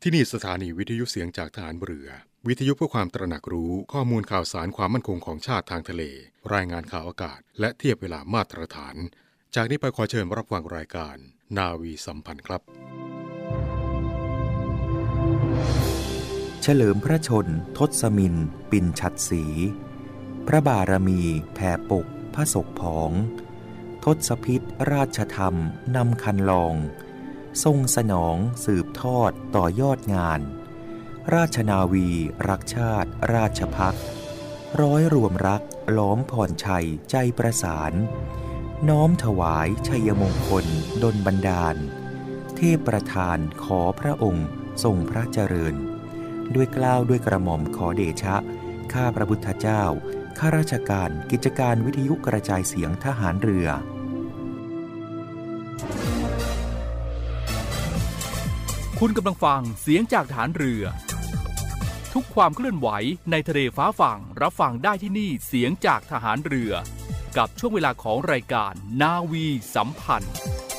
ที่นี่สถานีวิทยุเสียงจากทหารเรือวิทยุเพื่อความตระหนักรู้ข้อมูลข่าวสารความมั่นคงของชาติทางทะเลรายงานข่าวอากาศและเทียบเวลามาตรฐานจากนี้ไปขอเชิญรับฟังรายการนาวีสัมพันธ์ครับเฉลิมพระชนทศมินปินฉัตรศรีพระบารมีแผ่ปกพระศกผองทศพิธราชธรรมนำคันลองทรงสนองสืบทอดต่อยอดงานราชนาวีรักชาติราชภักดิ์ร้อยรวมรักล้อมพรชัยใจประสานน้อมถวายชัยมงคลดลบันดาลเทพประธานขอพระองค์ทรงพระเจริญด้วยเกล้าด้วยกระหม่อมขอเดชะข้าพระพุทธเจ้าข้าราชการกิจการวิทยุกระจายเสียงทหารเรือคุณกำลังฟังเสียงจากฐานเรือทุกความเคลื่อนไหวในทะเลฟ้าฝั่งรับฟังได้ที่นี่เสียงจากทหารเรือกับช่วงเวลาของรายการนาวีสัมพันธ์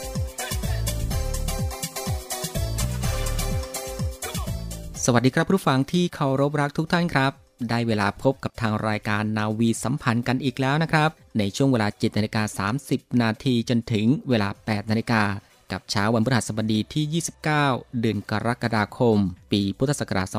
สวัสดีครับผู้ฟังที่เคารพรักทุกท่านครับได้เวลาพบกับทางรายการนาวีสัมพันธ์กันอีกแล้วนะครับในช่วงเวลา 7:30 น.จนถึงเวลา 8:00 น.กับเช้าวันพฤหัสบดีที่ 29 เดือนกรกฎาคมปีพุทธศักราช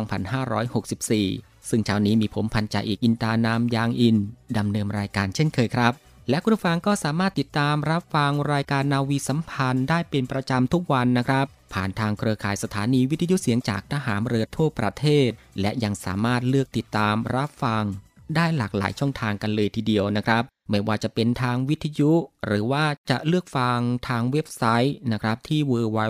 2564 ซึ่งเช้านี้มีผมพันจ่าเอกอินตานามยางอินดำเนินรายการเช่นเคยครับและคุณผู้ฟังก็สามารถติดตามรับฟังรายการนาวีสัมพันธ์ได้เป็นประจำทุกวันนะครับผ่านทางเครือข่ายสถานีวิทยุเสียงจากทหารเรือทั่วประเทศและยังสามารถเลือกติดตามรับฟังได้หลากหลายช่องทางกันเลยทีเดียวนะครับไม่ว่าจะเป็นทางวิทยุหรือว่าจะเลือกฟังทางเว็บไซต์นะครับที่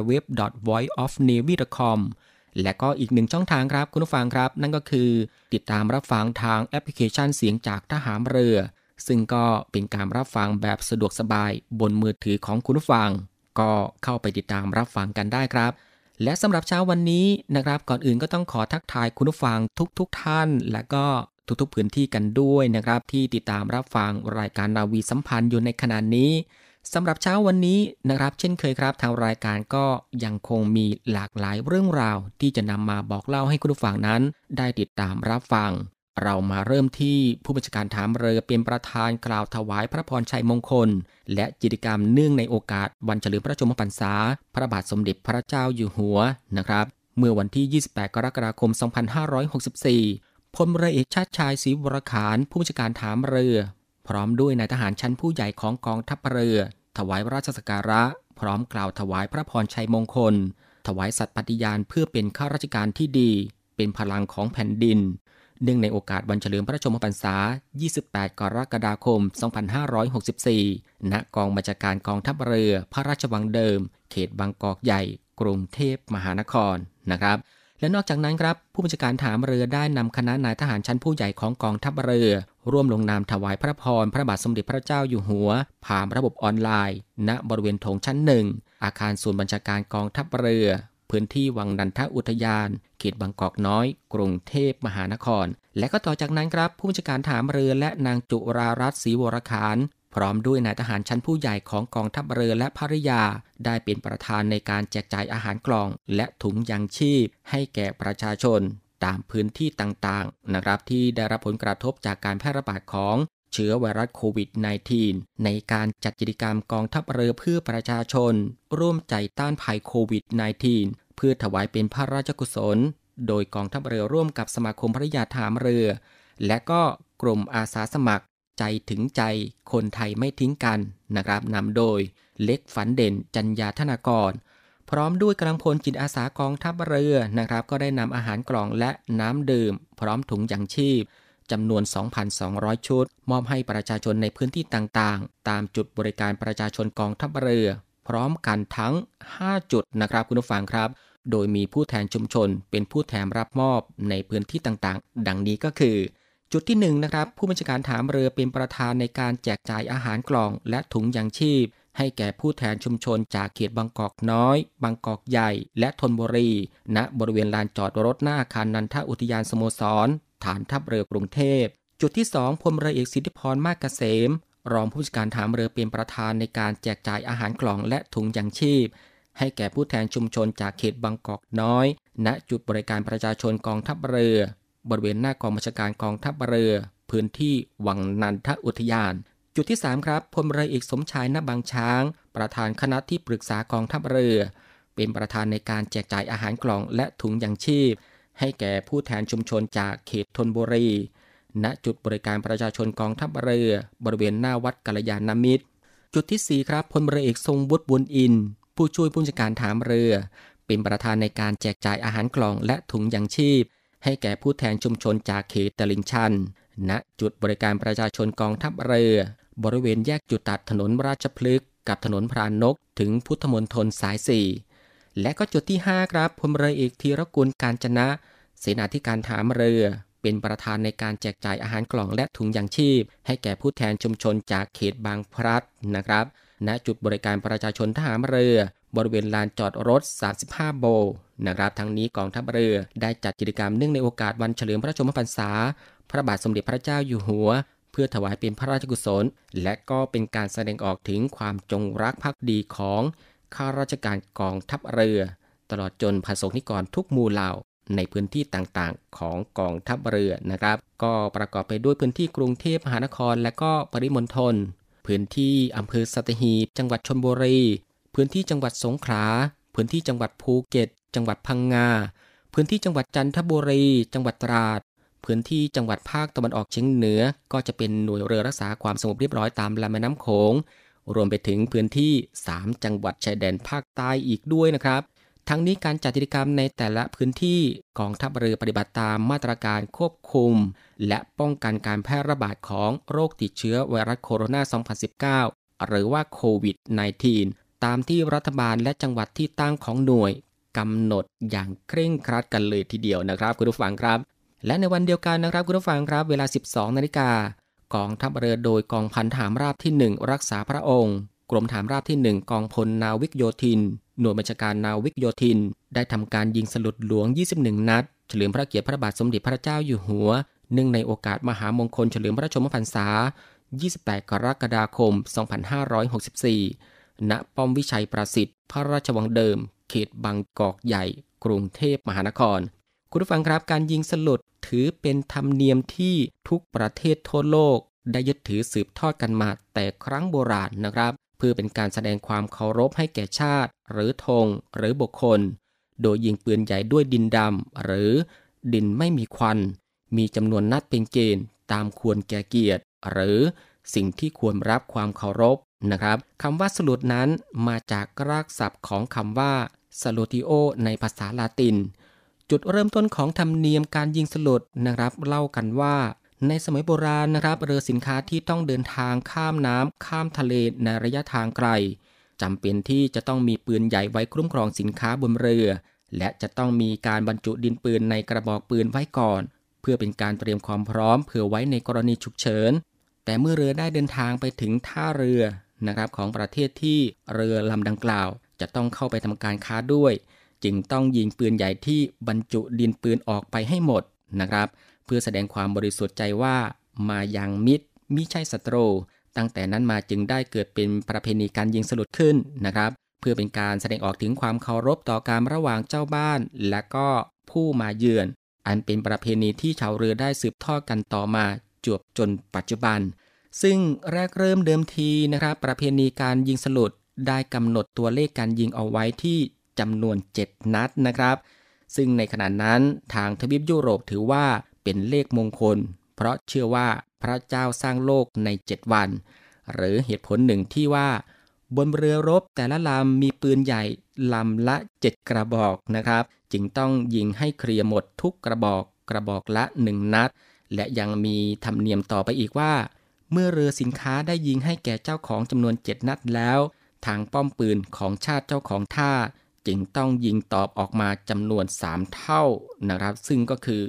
www.voiceofnavy.com และก็อีกหนึ่งช่องทางครับคุณผู้ฟังครับนั่นก็คือติดตามรับฟังทางแอปพลิเคชันเสียงจากทหารเรือซึ่งก็เป็นการรับฟังแบบสะดวกสบายบนมือถือของคุณผู้ฟังก็เข้าไปติดตามรับฟังกันได้ครับและสำหรับเช้าวันนี้นะครับก่อนอื่นก็ต้องขอทักทายคุณผู้ฟังทุกท่านและก็ทุกๆพื้นที่กันด้วยนะครับที่ติดตามรับฟังรายการนาวีสัมพันธ์อยู่ในขณะนี้สำหรับเช้าวันนี้นะครับเช่นเคยครับทางรายการก็ยังคงมีหลากหลายเรื่องราวที่จะนำมาบอกเล่าให้คุณผู้ฟังนั้นได้ติดตามรับฟังเรามาเริ่มที่ผู้บัญชาการฐานเรือเป็นประธานกล่าวถวายพระพรชัยมงคลและกิจกรรมเนื่องในโอกาสวันเฉลิมพระชนมพรรษาพระบาทสมเด็จพระเจ้าอยู่หัวนะครับเมื่อวันที่ 28 กรกฎาคม 2564พลเรือเอกชาติชายศรีวรขานผู้บัญชาการฐานเรือพร้อมด้วยนายทหารชั้นผู้ใหญ่ของกองทัพเรือถวายราชสักการะพร้อมกล่าวถวายพระพรชัยมงคลถวายสัตย์ปฏิญาณเพื่อเป็นข้าราชการที่ดีเป็นพลังของแผ่นดินเนื่องในโอกาสวันเฉลิมพระชนมพรรษา 28 กรกฎาคม 2564 ณ กองบัญชาการกองทัพเรือพระราชวังเดิมเขตบางกอกใหญ่กรุงเทพมหานครนะครับและนอกจากนั้นครับผู้บัญชาการฐานเรือได้นำคณะนายทหารชั้นผู้ใหญ่ของกองทัพเรือร่วมลงนามถวายพระพรพระบาทสมเด็จพระเจ้าอยู่หัวผ่านระบบออนไลน์ณบริเวณโถงชั้น 1อาคารศูนย์บัญชาการกองทัพเรือพื้นที่วังนันทอุทยานเขตบางกอกน้อยกรุงเทพมหานครและก็ต่อจากนั้นครับผู้บัญชาการฐานเรือและนางจุรารัตน์ศรีวรขานพร้อมด้วยนายทหารชั้นผู้ใหญ่ของกองทัพเรือและภริยาได้เป็นประธานในการแจกจ่ายอาหารกล่องและถุงยังชีพให้แก่ประชาชนตามพื้นที่ต่างๆนะครับที่ได้รับผลกระทบจากการแพร่ระบาดของเชื้อไวรัสโควิด -19 ในการจัดกิจกรรมกองทัพเรือเพื่อประชาชนร่วมใจต้านภัยโควิด -19 เพื่อถวายเป็นพระราชกุศลโดยกองทัพเรือร่วมกับสมาคมภริยาฐานเรือและก็กลุ่มอาสาสมัครใจถึงใจคนไทยไม่ทิ้งกันนะครับนำโดยเล็กฝันเด่นจัญญาธนากรพร้อมด้วยกำลังพลจิตอาสากองทัพเรือนะครับก็ได้นำอาหารกล่องและน้ำดื่มพร้อมถุงยังชีพจำนวน 2,200 ชุดมอบให้ประชาชนในพื้นที่ต่างๆตามจุดบริการประชาชนกองทัพเรือพร้อมกันทั้ง5จุดนะครับคุณผู้ฟังครับโดยมีผู้แทนชุมชนเป็นผู้แทนรับมอบในพื้นที่ต่างๆดังนี้ก็คือจุดที่1นะครับผู้บัญชาการฐานเรือเป็นประธานในการแจกจ่ายอาหารกล่องและถุงยังชีพให้แก่ผู้แทนชุมชนจากเขตบางกอกน้อยบางกอกใหญ่และธนบุรีณบริเวณลานจอดรถหน้าอาคารนันทอุทยานสโมสรฐานทัพเรือกรุงเทพจุดที่2พลเรือเอกสิทธิพรมากเกษมรองผู้บัญชาการฐานเรือเป็นประธานในการแจกจ่ายอาหารกล่องและถุงยังชีพให้แก่ผู้แทนชุมชนจากเขตบางกอกน้อยณจุดบริการประชาชนกองทัพเรือบริเวณหน้ากองบัญชาการกองทัพเรือพื้นที่วังนันทอุทยานจุดที่3ครับพลเรือเอกสมชาย ณ บางช้างประธานคณะที่ปรึกษากองทัพเรือเป็นประธานในการแจกจ่ายอาหารกล่องและถุงยังชีพให้แก่ผู้แทนชุมชนจากเขตธนบุรีณจุดบริการประชาชนกองทัพเรือบริเวณหน้าวัดกัลยาณมิตรจุดที่4ครับพลเรือเอกทรงวุฒิบุญอินทร์ผู้ช่วยผู้จัดการฐานเรือเป็นประธานในการแจกจ่ายอาหารกล่องและถุงยังชีพให้แก่ผู้แทนชุมชนจากเขตตลิ่งชันณจุดบริการประชาชนกองทัพเรือบริเวณแยกจุดตัดถนนราชพฤกษ์กับถนนพรานกถึงพุทธมณฑลสาย4และก็จุดที่5ครับพลเรือเอกธีรกุลกาญจนะเสนาธิการฐานเรือเป็นประธานในการแจกจ่ายอาหารกล่องและถุงยังชีพให้แก่ผู้แทนชุมชนจากเขตบางพลัดนะครับณจุดบริการประชาชนทหารเรือบริเวณลานจอดรถ35โบนะครับทั้งนี้กองทัพเรือได้จัดกิจกรรมเนื่องในโอกาสวันเฉลิมพระชนมพรรษาพระบาทสมเด็จพระเจ้าอยู่หัวเพื่อถวายเป็นพระราชกุศลและก็เป็นการแสดงออกถึงความจงรักภักดีของข้าราชการกองทัพเรือตลอดจนประสงนิกรทุกหมู่เหล่าในพื้นที่ต่างๆของกองทัพเรือนะครับก็ประกอบไปด้วยพื้นที่กรุงเทพมหานครและก็ปริมณฑลพื้นที่อำเภอสัตหีบจังหวัดชลบุรีพื้นที่จังหวัดสงขลาพื้นที่จังหวัดภูเก็ตจังหวัดพังงาพื้นที่จังหวัดจันทบุรีจังหวัดตราดพื้นที่จังหวัดภาคตะวันออกเฉียงเหนือก็จะเป็นหน่วยเรือรักษาความสงบเรียบร้อยตามลำแม่น้ำโขงรวมไปถึงพื้นที่3จังหวัดชายแดนภาคใต้อีกด้วยนะครับทั้งนี้การจัดกิจกรรมในแต่ละพื้นที่กองทัพเรือปฏิบัติตามมาตรการควบคุมและป้องกันการแพร่ระบาดของโรคติดเชื้อไวรัสโคโรนา 2019 หรือว่าโควิด -19 ตามที่รัฐบาลและจังหวัดที่ตั้งของหน่วยกำหนดอย่างเคร่งครัดกันเลยทีเดียวนะครับคุณผู้ฟังครับและในวันเดียวกันนะครับคุณผู้ฟังครับเวลา 12 นาฬิกากองทัพเรือโดยกองพันทหารราบที่ 1รักษาพระองค์กรมฐานราบที่ 1กองพลนาวิกโยธินหน่วยบัญชาการนาวิกโยธินได้ทำการยิงสลุดหลวง21นัดเฉลิมพระเกียรติพระบาทสมเด็จพระเจ้าอยู่หัวเนื่องในโอกาสมหามงคลเฉลิมพระชนมพรรษา28กรกฎาคม2564ณป้อมวิชัยประสิทธิ์พระราชวังเดิมเขตบางกอกใหญ่กรุงเทพมหานครคุณผู้ฟังครับการยิงสลุดถือเป็นธรรมเนียมที่ทุกประเทศทั่วโลกได้ยึดถือสืบทอดกันมาแต่ครั้งโบราณนะครับเพื่อเป็นการแสดงความเคารพให้แก่ชาติหรือธงหรือบุคคลโดยยิงปืนใหญ่ด้วยดินดำหรือดินไม่มีควันมีจำนวนนัดเป็นเกณฑ์ตามควรแก่เกียรติหรือสิ่งที่ควรรับความเคารพนะครับคำว่าสลุดนั้นมาจากรากศัพท์ของคำว่า salutio ในภาษาลาตินจุดเริ่มต้นของธรรมเนียมการยิงสลุดนะครับเล่ากันว่าในสมัยโบราณนะครับเรือสินค้าที่ต้องเดินทางข้ามน้ำข้ามทะเลในระยะทางไกลจำเป็นที่จะต้องมีปืนใหญ่ไว้คุ้มครองสินค้าบนเรือและจะต้องมีการบรรจุดินปืนในกระบอกปืนไว้ก่อนเพื่อเป็นการเตรียมความพร้อมเผื่อไว้ในกรณีฉุกเฉินแต่เมื่อเรือได้เดินทางไปถึงท่าเรือนะครับของประเทศที่เรือลำดังกล่าวจะต้องเข้าไปทำการค้าด้วยจึงต้องยิงปืนใหญ่ที่บรรจุดินปืนออกไปให้หมดนะครับเพื่อแสดงความบริสุทธิ์ใจว่ามายังมิตรมิใช่ศัตรูตั้งแต่นั้นมาจึงได้เกิดเป็นประเพณีการยิงสลุดขึ้นนะครับเพื่อเป็นการแสดงออกถึงความเคารพต่อการระหว่างเจ้าบ้านและก็ผู้มาเยือนอันเป็นประเพณีที่ชาวเรือได้สืบทอดกันต่อมาจวบจนปัจจุบันซึ่งแรกเริ่มเดิมทีนะครับประเพณีการยิงสลุดได้กำหนดตัวเลขการยิงเอาไว้ที่จำนวน7นัดนะครับซึ่งในขณะนั้นทางทวีปยุโรปถือว่าเป็นเลขมงคลเพราะเชื่อว่าพระเจ้าสร้างโลกใน7วันหรือเหตุผลหนึ่งที่ว่าบนเรือรบแต่ละลำมีปืนใหญ่ลำละ7กระบอกนะครับจึงต้องยิงให้เคลียร์หมดทุกกระบอกละ1นัดและยังมีธรรมเนียมต่อไปอีกว่าเมื่อเรือสินค้าได้ยิงให้แก่เจ้าของจำนวน7นัดแล้วทางป้อมปืนของชาติเจ้าของท่าจึงต้องยิงตอบออกมาจำนวน3เท่านะครับซึ่งก็คือ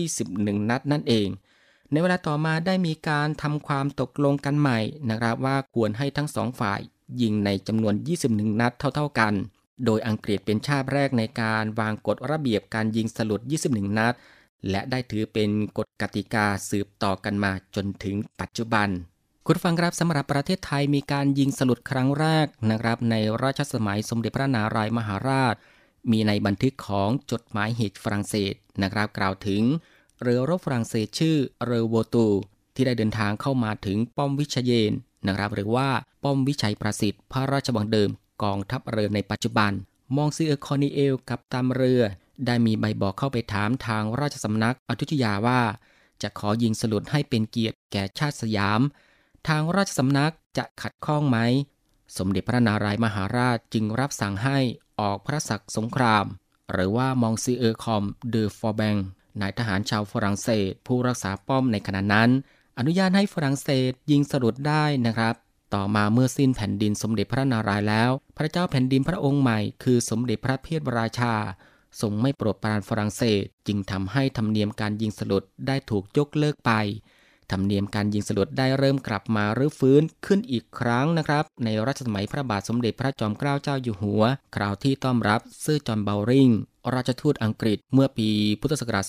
21นัดนั่นเองในเวลาต่อมาได้มีการทำความตกลงกันใหม่นะครับว่าควรให้ทั้งสองฝ่ายยิงในจำนวน21นัดเท่าๆกันโดยอังกฤษเป็นชาติแรกในการวางกฎระเบียบการยิงสลุด21นัดและได้ถือเป็นกฎกติกาสืบต่อกันมาจนถึงปัจจุบันคุณฟังครับสำหรับประเทศไทยมีการยิงสลุดครั้งแรกนะครับในรัชสมัยสมเด็จพระนารายมหาราชมีในบันทึกของจดหมายเหตุฝรั่งเศสนะครับกล่าวถึงเรือรบฝรั่งเศสชื่อเรือโวตูที่ได้เดินทางเข้ามาถึงป้อมวิชัยเยนนะครับหรือว่าป้อมวิชัยประสิทธิ์พระราชวังเดิมกองทัพเรือในปัจจุบันมองซีเออร์คอนิเอลกัปตันเรือได้มีใบบอกเข้าไปถามทางราชสำนักอยุธยาว่าจะขอยิงสลุดให้เป็นเกียรติแก่ชาติสยามทางราชสำนักจะขัดข้องไหมสมเด็จพระนารายณ์มหาราชจึงรับสั่งให้ออกพระศักดิ์สงครามหรือว่ามองซีเออร์คอมเดอฟอร์แบงนายทหารชาวฝรั่งเศสผู้รักษาป้อมในขณะนั้นอนุญาตให้ฝรั่งเศสยิงสลุดได้นะครับต่อมาเมื่อสิ้นแผ่นดินสมเด็จพระนารายณ์แล้วพระเจ้าแผ่นดินพระองค์ใหม่คือสมเด็จพระเพทรราชาทรงไม่โปรดปรานฝรั่งเศสจึงทำให้ธรรมเนียมการยิงสลุดได้ถูกยกเลิกไปธรรมเนียมการยิงสลุดได้เริ่มกลับมารื้อฟื้นขึ้นอีกครั้งนะครับในรัชสมัยพระบาทสมเด็จพระจอมเกล้าเจ้าอยู่หัวคราวที่ต้อนรับเซอร์จอห์นเบลริงราชทูตอังกฤษเมื่อปีพุทธศักราช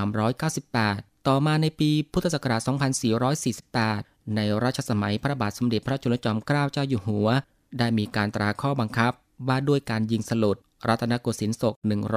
2398 ต่อมาในปีพุทธศักราช 2448 ในรัชสมัยพระบาทสมเด็จพระจุลจอมเกล้าเจ้าอยู่หัวได้มีการตราข้อบังคับว่าด้วยการยิงสลุดรัตนโกสินทร์ศก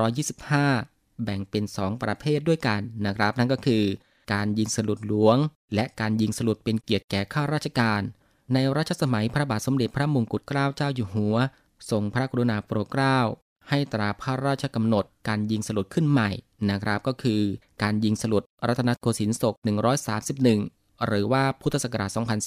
125 แบ่งเป็น 2 ประเภทด้วยกันนะครับนั่นก็คือการยิงสลุดหลวงและการยิงสลุดเป็นเกียรติแก่ข้าราชการในรัชสมัยพระบาทสมเด็จพระมงกุฎเกล้าเจ้าอยู่หัวทรงพระกรุณาโปรดเกล้าให้ตราพระราชกำหนดการยิงสลุดขึ้นใหม่นะครับก็คือการยิงสลุดรัตนโกสินทร์ศก 131 หรือว่าพุทธศักราช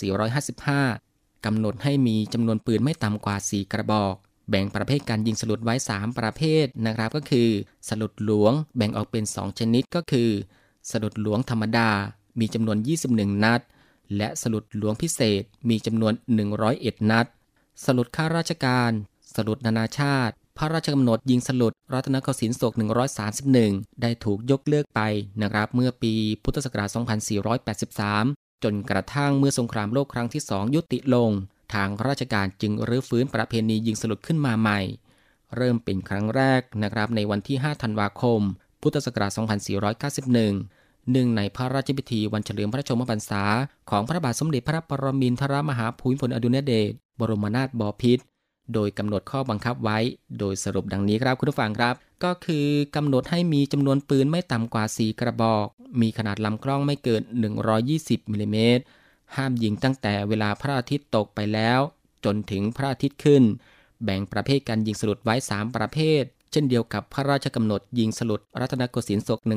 2455 กำหนดให้มีจำนวนปืนไม่ต่ำกว่า 4 กระบอกแบ่งประเภทการยิงสลุดไว้ 3 ประเภทนะครับก็คือสลุดหลวงแบ่งออกเป็น 2 ชนิดก็คือสลุดหลวงธรรมดามีจำนวน 21 นัดและสลุดหลวงพิเศษมีจำนวน 101 นัดสลุดข้าราชการสลุดนานาชาติพระราชกำหนดยิงสลุดรัตนโกสินทร์ศก 131 ได้ถูกยกเลิกไปนะครับเมื่อปีพุทธศักราช 2483 จนกระทั่งเมื่อสงครามโลกครั้งที่ 2 ยุติลงทางราชการจึงรื้อฟื้นประเพณียิงสลุดขึ้นมาใหม่เริ่มเป็นครั้งแรกนะครับในวันที่ 5 ธันวาคมพุทธศักราช 2491 เนื่องในพระราชพิธีวันเฉลิมพระชนมพรรษาของพระบาทสมเด็จพระปรมินทรมหาภูมิพลอดุลยเดชบรมนาถบพิตรโดยกำหนดข้อบังคับไว้โดยสรุปดังนี้ครับคุณผู้ฟังครับก็คือกำหนดให้มีจำนวนปืนไม่ต่ำกว่า 4 กระบอกมีขนาดลำกล้องไม่เกิน 120 มิลลิเมตรห้ามยิงตั้งแต่เวลาพระอาทิตย์ตกไปแล้วจนถึงพระอาทิตย์ขึ้นแบ่งประเภทการยิงสลุดไว้ 3 ประเภทเช่นเดียวกับพระราชกำหนดยิงสลุดรัตนโกสินทร์ศก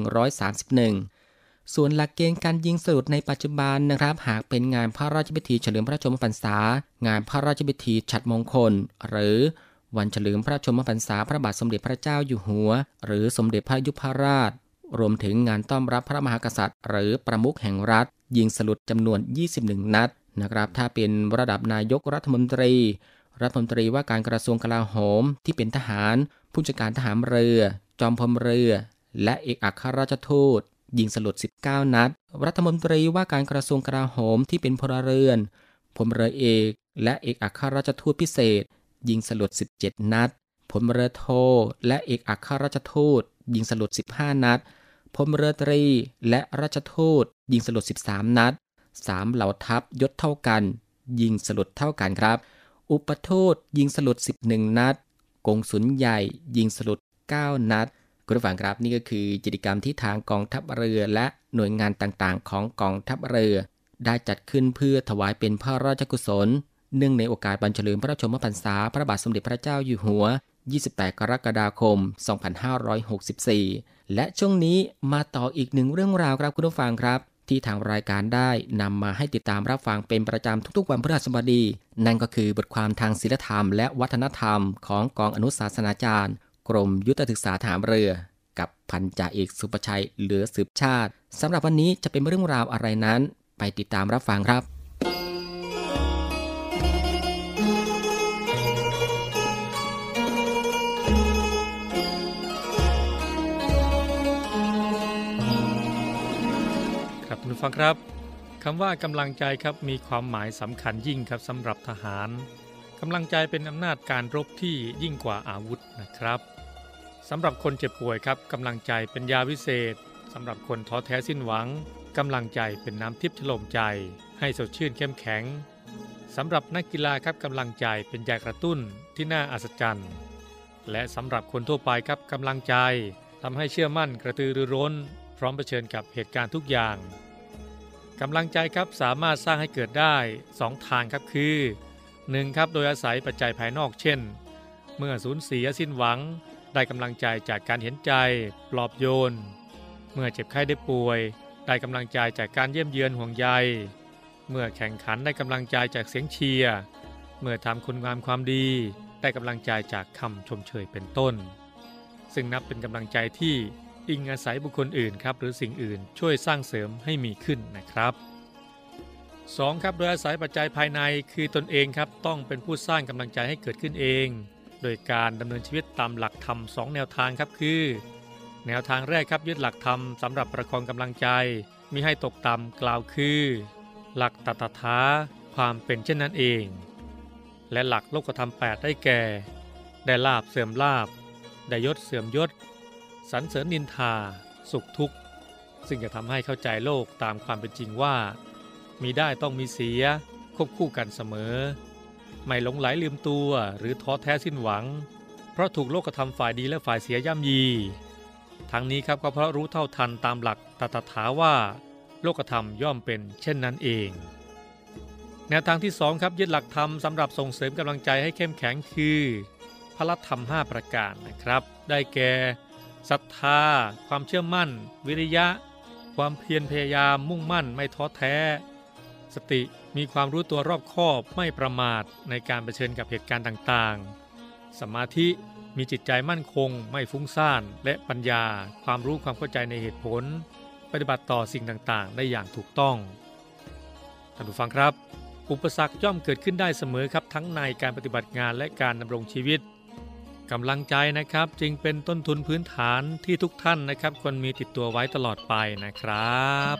131 ส่วนหลักเกณฑ์การยิงสลุดในปัจจุบันนะครับหากเป็นงานพระราชพิธีเฉลิมพระชนมพรรษางานพระราชพิธีฉัตรมงคลหรือวันเฉลิมพระชนมพรรษาพระบาทสมเด็จพระเจ้าอยู่หัวหรือสมเด็จพระยุพราชรวมถึงงานต้อนรับพระมหากษัตริย์หรือประมุขแห่งรัฐยิงสลุดจำนวน 21 นัดนะครับถ้าเป็นระดับนายกรัฐมนตรีว่าการกระทรวงกลาโหมที่เป็นทหารผู้จัดการทหารเรือจอมพลเรือและเอกอัครราชทูตยิงสลุด 19 นัดรัฐมนตรีว่าการกระทรวงกลาโหมที่เป็นพลเรือนพลเรือเอกและเอกอัครราชทูตพิเศษยิงสลุด 17 นัดพลเรือโทและเอกอัครราชทูตยิงสลุด 15 นัดพลเรือตรีและราชทูตยิงสลุด 13 นัด3เหล่าทัพยศเท่ากันยิงสลุดเท่ากันครับอุปทูตยิงสลุด 11 นัดกงสุลใหญ่ยิงสลุด 9 นัดคุณผู้ฟังครับนี่ก็คือกิจกรรมที่ทางกองทัพเรือและหน่วยงานต่างๆของกองทัพเรือได้จัดขึ้นเพื่อถวายเป็นพระราชกุศลเนื่องในโอกาสวันเฉลิมพระชนมพรรษาพระบาทสมเด็จพระเจ้าอยู่หัว28 กรกฎาคม 2564และช่วงนี้มาต่ออีกหนึ่งเรื่องราวครับคุณผู้ฟังครับที่ทางรายการได้นำมาให้ติดตามรับฟังเป็นประจำทุกๆวันพฤหัสบดีนั่นก็คือบทความทางศีลธรรมและวัฒนธรรมของกองอนุศาสนาจารย์กรมยุทธศึกษาทหารเรือกับพันจ่าเอกสุประชัยเหลือสืบชาติสำหรับวันนี้จะเป็นเรื่องราวอะไรนั้นไปติดตามรับฟังครับคุณผู้ฟังครับคำว่ากำลังใจครับมีความหมายสำคัญยิ่งครับสำหรับทหารกำลังใจเป็นอำนาจการรบที่ยิ่งกว่าอาวุธนะครับสำหรับคนเจ็บป่วยครับกำลังใจเป็นยาวิเศษสำหรับคนท้อแท้สิ้นหวังกำลังใจเป็นน้ำทิพย์ฉโลมใจให้สดชื่นเข้มแข็งสำหรับนักกีฬาครับกำลังใจเป็นยากระตุ้นที่น่าอัศจรรย์และสำหรับคนทั่วไปครับกำลังใจทำให้เชื่อมั่นกระตือรือร้นพร้อมเผชิญกับเหตุการณ์ทุกอย่างกำลังใจครับสามารถสร้างให้เกิดได้2ทางครับคือ 1. ครับโดยอาศัยปัจจัยภายนอกเช่นเมื่อสูญเสียสิ้นหวังได้กำลังใจจากการเห็นใจปลอบโยนเมื่อเจ็บไข้ได้ป่วยได้กำลังใจจากการเยี่ยมเยือนห่วงใยเมื่อแข่งขันได้กำลังใจจากเสียงเชียร์เมื่อทำคุณงามความดีได้กำลังใจจากคำชมเชยเป็นต้นซึ่งนับเป็นกำลังใจที่อิงอาศัยบุคคลอื่นครับหรือสิ่งอื่นช่วยสร้างเสริมให้มีขึ้นนะครับ 2. ครับโดยอาศัยปัจจัยภายในคือตนเองครับต้องเป็นผู้สร้างกำลังใจให้เกิดขึ้นเองโดยการดำเนินชีวิตตามหลักธรรม2แนวทางครับคือแนวทางแรกครับยึดหลักธรรมสำหรับประคองกำลังใจมิให้ตกต่ำกล่าวคือหลักตถาคตความเป็นเช่นนั้นเองและหลักโลกธรรม8ได้แก่ได้ลาภเสื่อมลาภได้ยศเสื่อมยศสรรเสริญนินทาสุขทุกข์ซึ่งจะทำให้เข้าใจโลกตามความเป็นจริงว่ามีได้ต้องมีเสียควบคู่กันเสมอไม่หลงไหลลืมตัวหรือท้อแท้สิ้นหวังเพราะถูกโลกธรรมฝ่ายดีและฝ่ายเสียย่ำยีทั้งนี้ครับก็เพราะรู้เท่าทันตามหลักตถาคตว่าโลกธรรมย่อมเป็นเช่นนั้นเองแนวทางที่2ครับยึดหลักธรรมสำหรับส่งเสริมกำลังใจให้เข้มแข็งคือพละธรรม5ประการนะครับได้แก่ศรัทธาความเชื่อมั่นวิริยะความเพียรพยายามมุ่งมั่นไม่ท้อแท้สติมีความรู้ตัวรอบคอบไม่ประมาทในการเผชิญกับเหตุการณ์ต่างๆสมาธิมีจิตใจมั่นคงไม่ฟุ้งซ่านและปัญญาความรู้ความเข้าใจในเหตุผลปฏิบัติต่อสิ่งต่างๆได้อย่างถูกต้องท่านผู้ฟังครับอุปสรรคย่อมเกิดขึ้นได้เสมอครับทั้งในการปฏิบัติงานและการดำรงชีวิตกำลังใจนะครับจึงเป็นต้นทุนพื้นฐานที่ทุกท่านนะครับควรมีติดตัวไว้ตลอดไปนะครับ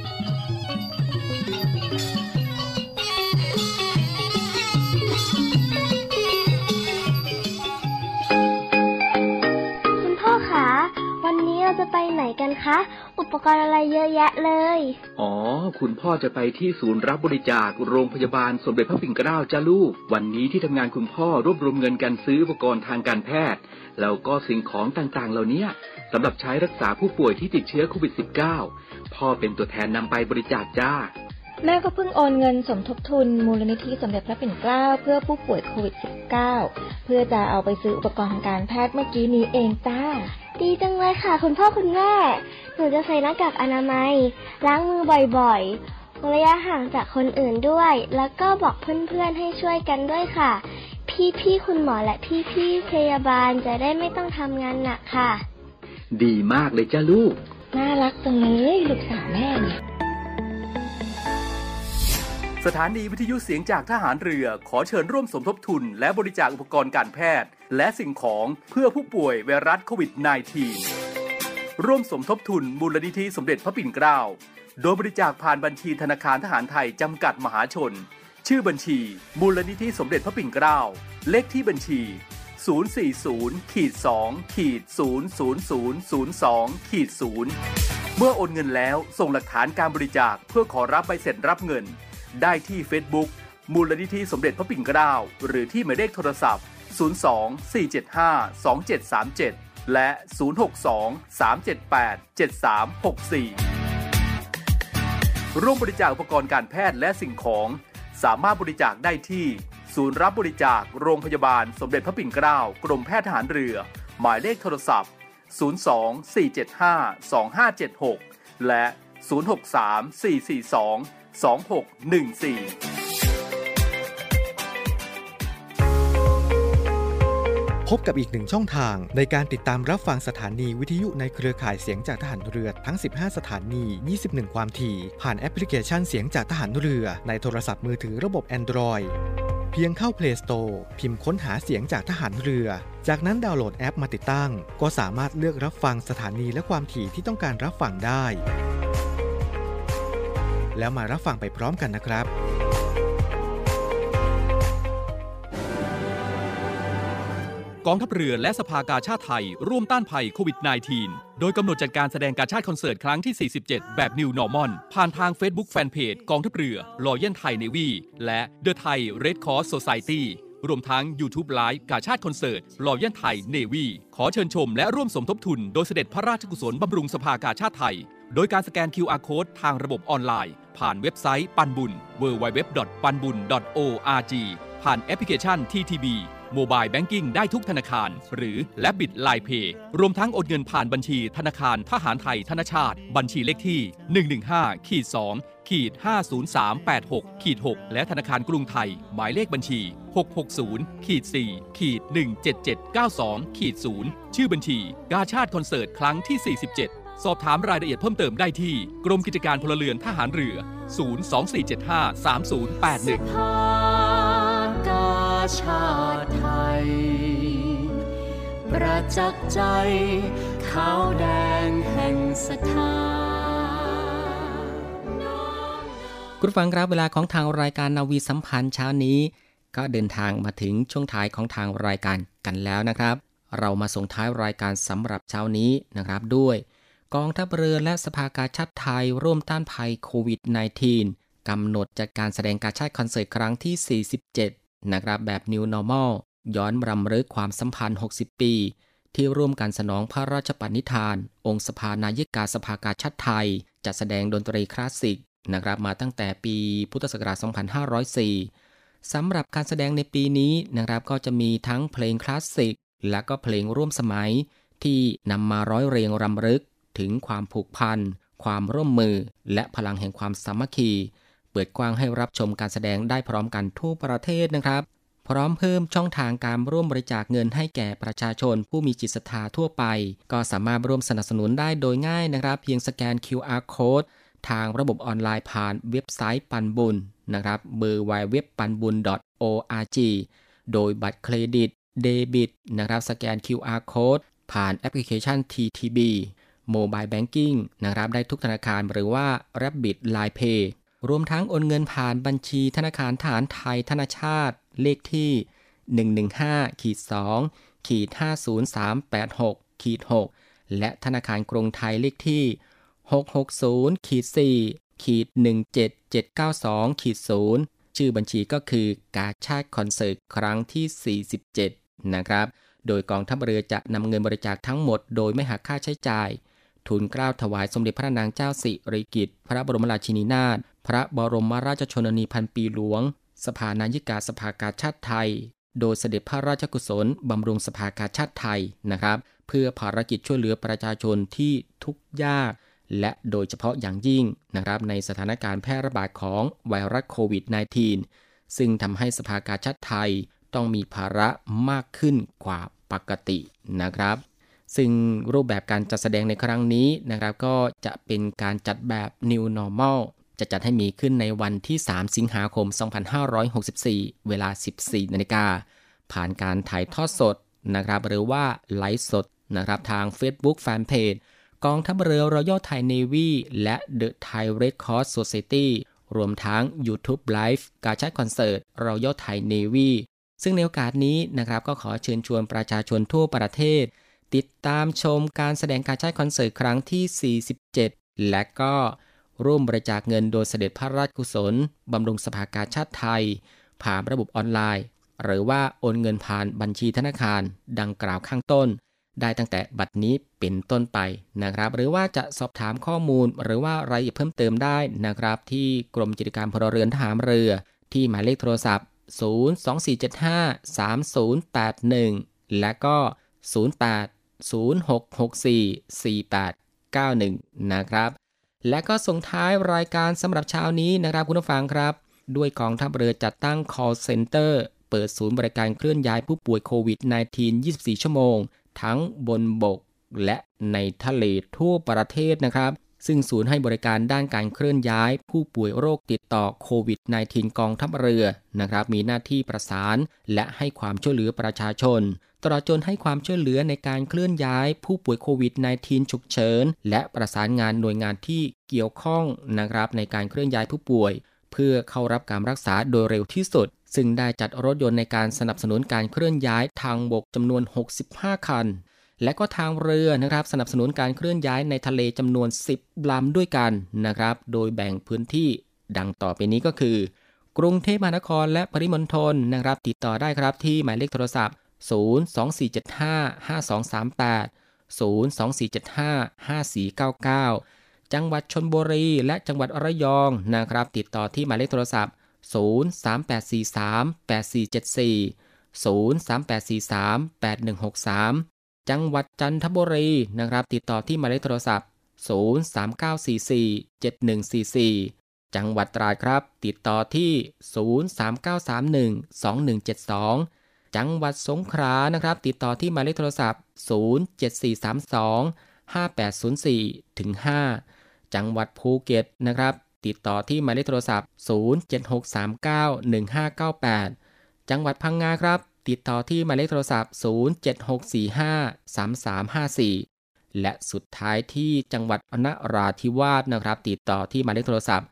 คุณพ่อคะวันนี้เราจะไปไหนกันคะอุปกรณ์อะไรเยอะแยะเลยอ๋อคุณพ่อจะไปที่ศูนย์รับบริจาคโรงพยาบาลสมเด็จพระปิ่นเกล้าจ้าลูกวันนี้ที่ทำงานคุณพ่อรวบรวมเงินกันซื้ออุปกรณ์ทางการแพทย์แล้วก็สิ่งของต่างๆเหล่านี้สำหรับใช้รักษาผู้ป่วยที่ติดเชื้อโควิด -19 พ่อเป็นตัวแทนนำไปบริจาคจ้าแม่ก็เพิ่งโอนเงินสมทบทุนมูลนิธิสมเด็จพระปิ่นเกล้าเพื่อผู้ป่วยโควิด -19 เพื่อจะเอาไปซื้ออุปกรณ์ทางการแพทย์เมื่อกี้นี้เองจ้าดีจังเลยค่ะคุณพ่อคุณแม่หนูจะใส่หน้ากากอนามัยล้างมือบ่อยๆระยะห่างจากคนอื่นด้วยแล้วก็บอกเพื่อนๆให้ช่วยกันด้วยค่ะพี่ๆคุณหมอและพี่ๆพยาบาลจะได้ไม่ต้องทำงานหนักค่ะดีมากเลยจ้าลูกน่ารักจังเลยลูกสาวแม่เนี่ยสถานีวิทยุเสียงจากทหารเรือขอเชิญร่วมสมทบทุนและบริจาคอุปกรณ์การแพทย์และสิ่งของเพื่อผู้ป่วยไวรัสโควิด -19 ร่วมสมทบทุนมูลนิธิสมเด็จพระปิ่นเกล้าโดยบริจาคผ่านบัญชีธนาคารทหารไทยจำกัดมหาชนชื่อบัญชีมูลนิธิสมเด็จพระปิ่นเกล้าเลขที่บัญชี 040-2000002-0 เมื่อโอนเงินแล้วส่งหลักฐานการบริจาคเพื่อขอรับใบเสร็จรับเงินได้ที่ Facebook มูลนิธิสมเด็จพระปิ่นเกล้าหรือที่หมายเลขโทรศัพท์02-475-2737 และ 062-378-7364 ร่วมบริจาคอุปกรณ์การแพทย์และสิ่งของสามารถบริจาคได้ที่ศูนย์รับบริจาคโรงพยาบาลสมเด็จพระปิ่นเกล้ากรมแพทย์ทหารเรือหมายเลขโทรศัพท์ 024752576 และ 063-442-2614 พบกับอีกหนึ่งช่องทางในการติดตามรับฟังสถานีวิทยุในเครือข่ายเสียงจากทหารเรือทั้ง15สถานี 21 ความถี่ผ่านแอปพลิเคชันเสียงจากทหารเรือในโทรศัพท์มือถือระบบ Android เพียงเข้า Play Store พิมพ์ค้นหาเสียงจากทหารเรือจากนั้นดาวน์โหลดแอปมาติดตั้งก็สามารถเลือกรับฟังสถานีและความถี่ที่ต้องการรับฟังได้แล้วมารับฟังไปพร้อมกันนะครับกองทัพเรือและสภากาชาติไทยร่วมต้านภัยโควิด -19 โดยกำหนดจัดการแสดงกาชาติคอนเสิร์ตครั้งที่ 47 แบบ New Normal ผ่านทาง Facebook Fanpage กองทัพเรือ Royal Thai Navy และ The Thai Red Cross Society รวมทั้ง YouTube Live กาชาดคอนเสิร์ตรอยัลไทยเนวีขอเชิญชมและร่วมสมทบทุนโดยเสด็จพระราชกุศลบำรุงสภากาชาดไทยโดยการสแกน QR Code ทางระบบออนไลน์ผ่านเว็บไซต์ปันบุญ www.panbun.org ผ่านแอปพลิเคชัน TTBโมบายแบงกิ้งได้ทุกธนาคารหรือและบิตไลน์เพย์รวมทั้งโอนเงินผ่านบัญชีธนาคารทหารไทยธนชาติบัญชีเลขที่115-2-50386-6และธนาคารกรุงไทยหมายเลขบัญชี660-4-17792-0ชื่อบัญชีกาชาดคอนเสิร์ตครั้งที่47สอบถามรายละเอียดเพิ่มเติมได้ที่กรมกิจการพลเรือนทหารเรือ024753081 ชาติไทยประจักษ์ใจขาวแดงแห่งศรัทธาคุณฟังครับเวลาของทางรายการนาวีสัมพันธ์เช้านี้ก็เดินทางมาถึงช่วงท้ายของทางรายการกันแล้วนะครับเรามาส่งท้ายรายการสำหรับเช้านี้นะครับด้วยกองทัพเรือและสภากาชาดไทยร่วมต้านภัยโควิด -19 กำหนดจัดการแสดงกาชาดคอนเสิร์ตครั้งที่47นะครับแบบ New Normal ย้อนรำลึกความสัมพันธ์60ปีที่ร่วมกันสนองพระราชปณิธานองค์สภานายิกาสภากาชาดไทยจัดแสดงดนตรีคลาสสิกนะครับมาตั้งแต่ปีพุทธศักราช2504สำหรับการแสดงในปีนี้นะครับก็จะมีทั้งเพลงคลาสสิกและก็เพลงร่วมสมัยที่นำมาร้อยเรียงรำลึกถึงความผูกพันความร่วมมือและพลังแห่งความสามัคคีเปิดกว้างให้รับชมการแสดงได้พร้อมกันทั่วประเทศนะครับพร้อมเพิ่มช่องทางการร่วมบริจาคเงินให้แก่ประชาชนผู้มีจิตศรัทธาทั่วไปก็สามารถร่วมสนับสนุนได้โดยง่ายนะครับเพียงสแกน QR Code ทางระบบออนไลน์ผ่านเว็บไซต์ปันบุญนะครับwww.panbun.org โดยบัตรเครดิตเดบิตนะครับสแกน QR Code ผ่านแอปพลิเคชัน TTB Mobile Banking นะครับได้ทุกธนาคารหรือว่า Rabbit Line Pay รวมทั้งโอนเงินผ่านบัญชีธนาคารทหารไทยธนชาติเลขที่115-2-50386-6และธนาคารกรุงไทยเลขที่660-4-17792-0ชื่อบัญชีก็คือกาชาดคอนเสิร์ตครั้งที่47นะครับโดยกองทัพเรือจะนำเงินบริจาคทั้งหมดโดยไม่หักค่าใช้จ่ายทูลเกล้าถวายสมเด็จพระนางเจ้าสิริกิติ์พระบรมราชินีนาถพระบรมราชชนนีพันปีหลวงสภานายิกาสภากาชาดไทยโดยเสด็จพระราชกุศลบำรุงสภากาชาดไทยนะครับเพื่อภารกิจช่วยเหลือประชาชนที่ทุกข์ยากและโดยเฉพาะอย่างยิ่งนะครับในสถานการณ์แพร่ระบาดของไวรัสโควิด -19 ซึ่งทำให้สภากาชาดไทยต้องมีภาระมากขึ้นกว่าปกตินะครับซึ่งรูปแบบการจัดแสดงในครั้งนี้นะครับก็จะเป็นการจัดแบบ New Normal จะจัดให้มีขึ้นในวันที่3สิงหาคม2564เวลา 14:00 น.ผ่านการถ่ายทอดสดนะครับหรือว่าไลฟ์สดนะครับทาง Facebook Fanpage กองทัพเรือ Royal Thai Navy และ The Thai Red Cross Society รวมทั้ง YouTube Live กาชาดคอนเสิร์ต Royal Thai Navy ซึ่งในโอกาสนี้นะครับก็ขอเชิญชวนประชาชนทั่วประเทศติดตามชมการแสดงกาชาดคอนเสิร์ตครั้งที่47และก็ร่วมบริจาคเงินโดยเสด็จพระราชกุศลบำรุงสภากาชาดไทยผ่านระบบออนไลน์หรือว่าโอนเงินผ่านบัญชีธนาคารดังกล่าวข้างต้นได้ตั้งแต่บัดนี้เป็นต้นไปนะครับหรือว่าจะสอบถามข้อมูลหรือว่ารายละเอียดเพิ่มเติมได้นะครับที่กรมกิจการพลเรือนทหารเรือที่หมายเลขโทรศัพท์024753081และก็0806644891นะครับและก็ส่งท้ายรายการสำหรับเช้านี้นะครับคุณผู้ฟังครับด้วยกองทัพเรือจัดตั้ง call center เปิดศูนย์บริการเคลื่อนย้ายผู้ป่วยโควิด -19 24 ชั่วโมงทั้งบนบกและในทะเลทั่วประเทศนะครับซึ่งศูนย์ให้บริการด้านการเคลื่อนย้ายผู้ป่วยโรคติดต่อโควิด -19 กองทัพเรือนะครับมีหน้าที่ประสานและให้ความช่วยเหลือประชาชนตลอดจนให้ความช่วยเหลือในการเคลื่อนย้ายผู้ป่วยโควิด -19 ฉุกเฉินและประสานงานหน่วยงานที่เกี่ยวข้องนะครับในการเคลื่อนย้ายผู้ป่วยเพื่อเข้ารับการรักษาโดยเร็วที่สุดซึ่งได้จัดรถยนต์ในการสนับสนุนการเคลื่อนย้ายทางบกจำนวน65คันและก็ทางเรือนะครับสนับสนุนการเคลื่อนย้ายในทะเลจำนวน10ลำด้วยกันนะครับโดยแบ่งพื้นที่ดังต่อไปนี้ก็คือกรุงเทพมหานครและปริมณฑลนะครับติดต่อได้ครับที่หมายเลขโทรศัพท์024755238 024755499จังหวัดชลบุรีและจังหวัดระยองนะครับติดต่อที่หมายเลขโทรศัพท์038438474 038438163จังหวัดจันทบุรีนะครับติดต่อที่หมายเลขโทรศัพท์039447144จังหวัดตราดครับติดต่อที่039312172จังหวัดสงขลานะครับติดต่อที่หมายเลขโทรศัพท์074325804-5จังหวัดภูเก็ตนะครับติดต่อที่หมายเลขโทรศัพท์076391598จังหวัดพังงาครับติดต่อที่หมายเลขโทรศัพท์076453354และสุดท้ายที่จังหวัดนราธิวาสนะครับติดต่อที่หมายเลขโทรศัพท์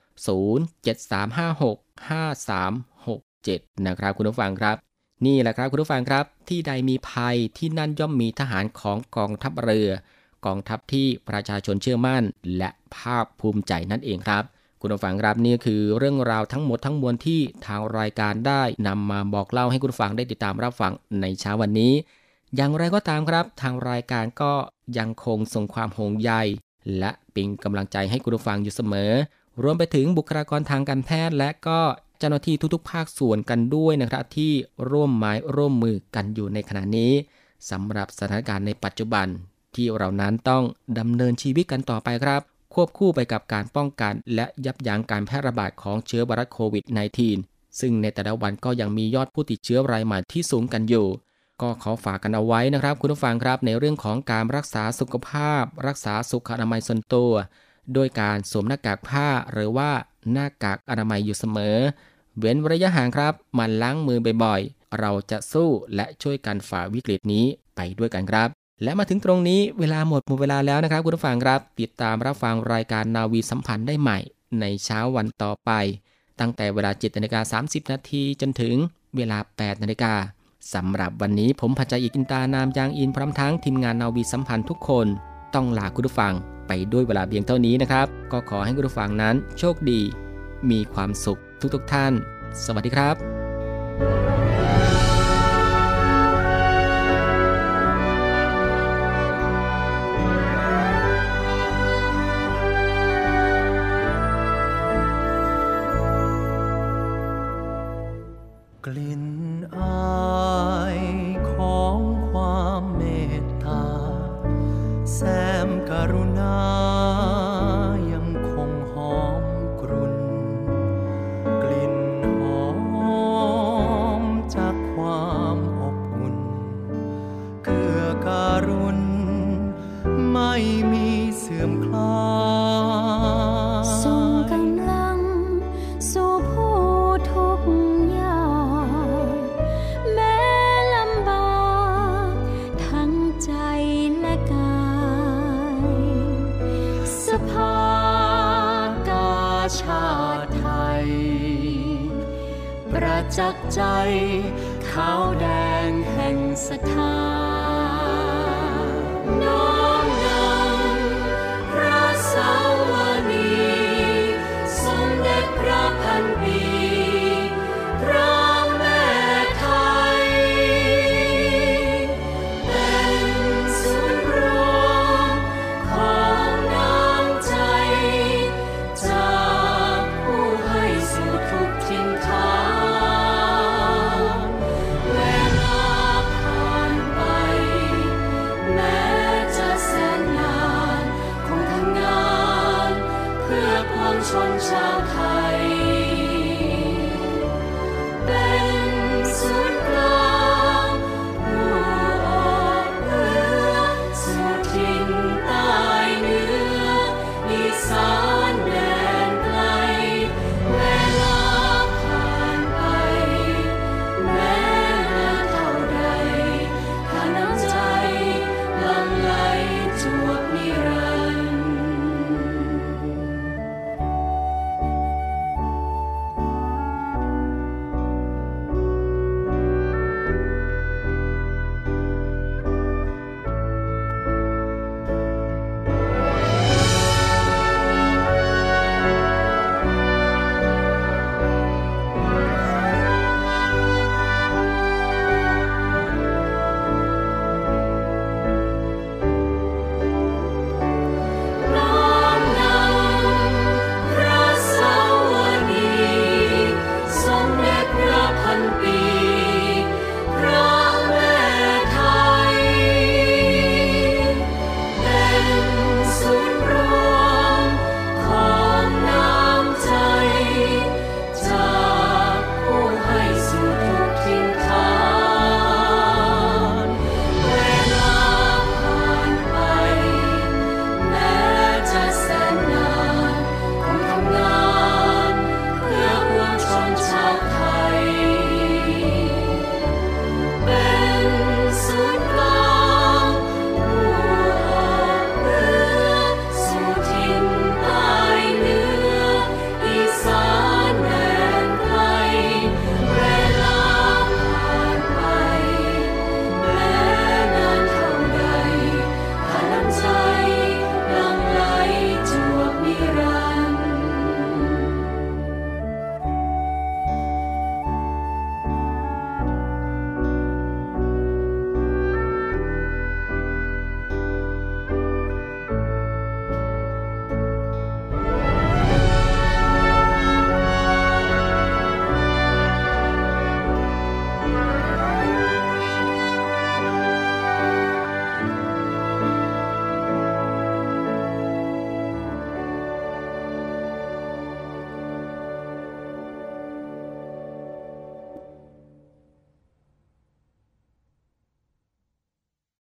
073565367นะครับคุณผู้ฟังครับนี่แหละครับคุณผู้ฟังครับที่ใดมีภัยที่นั่นย่อมมีทหารของกองทัพเรือกองทัพที่ประชาชนเชื่อมั่นและภาคภูมิใจนั่นเองครับคุณผู้ฟังครับนี่คือเรื่องราวทั้งหมดทั้งมวลที่ทางรายการได้นำมาบอกเล่าให้คุณผู้ฟังได้ติดตามรับฟังในเช้าวันนี้อย่างไรก็ตามครับทางรายการก็ยังคงส่งความห่วงใยและเป็นกำลังใจให้คุณผู้ฟังอยู่เสมอรวมไปถึงบุคลากรทางการแพทย์และก็เจ้าหน้าที่ทุกๆภาคส่วนกันด้วยนะครับที่ร่วมไม้ร่วมมือกันอยู่ในขณะนี้สำหรับสถานการณ์ในปัจจุบันที่เรานั้นต้องดำเนินชีวิตกันต่อไปครับควบคู่ไปกับการป้องกันและยับยั้งการแพร่ระบาดของเชื้อไวรัสโควิด -19 ซึ่งในแต่ละวันก็ยังมียอดผู้ติดเชื้อรายใหม่ที่สูงกันอยู่ก็ขอฝากกันเอาไว้นะครับคุณผู้ฟังครับในเรื่องของการรักษาสุขภาพรักษาสุขอนามัยส่วนตัวโดยการสวมหน้ากากผ้าหรือว่าหน้ากากอนามัยอยู่เสมอเว้นระยะห่างครับมันล้างมือบ่อยๆเราจะสู้และช่วยกันฝ่าวิกฤตนี้ไปด้วยกันครับและมาถึงตรงนี้เวลาหมดเวลาแล้วนะครับคุณผู้ฟังครับติดตามรับฟังรายการนาวีสัมพันธ์ได้ใหม่ในเช้าวันต่อไปตั้งแต่เวลา 7:30 นาทีจนถึงเวลา 8 นาฬิกาสำหรับวันนี้ผมพัชอิกินตานามยางอินพร้อมทั้งทีมงานนาวีสัมพันธ์ทุกคนต้องลาคุณผู้ฟังไปด้วยเวลาเพียงเท่านี้นะครับก็ขอให้คุณผู้ฟังนั้นโชคดีมีความสุขทุกท่านสวัสดีครับกลิ่นอายของความเมตตาแซมกรุณายังคงหอมกรุ่นกลิ่นหอมจากความอบอุ่นเกื้อการุณไม่มีเสื่อมคลายส่งกำลังสู่ผู้ทุกอย่างแม้ลำบากทั้งใจและกายสภากาชาติไทยประจักษ์ใจขาวแดงแห่งศรัทธาน้อมนำพระสาวนีสมเด็จพระพันปีพระแม่ไทยเป็นศูนย์รวมของน้ำใจจากผู้ให้สู่ทุกถิ่นฐานเวลาผ่านไปแม้จะแสนนานคงทำงานเพื่อปวงชนชาวไท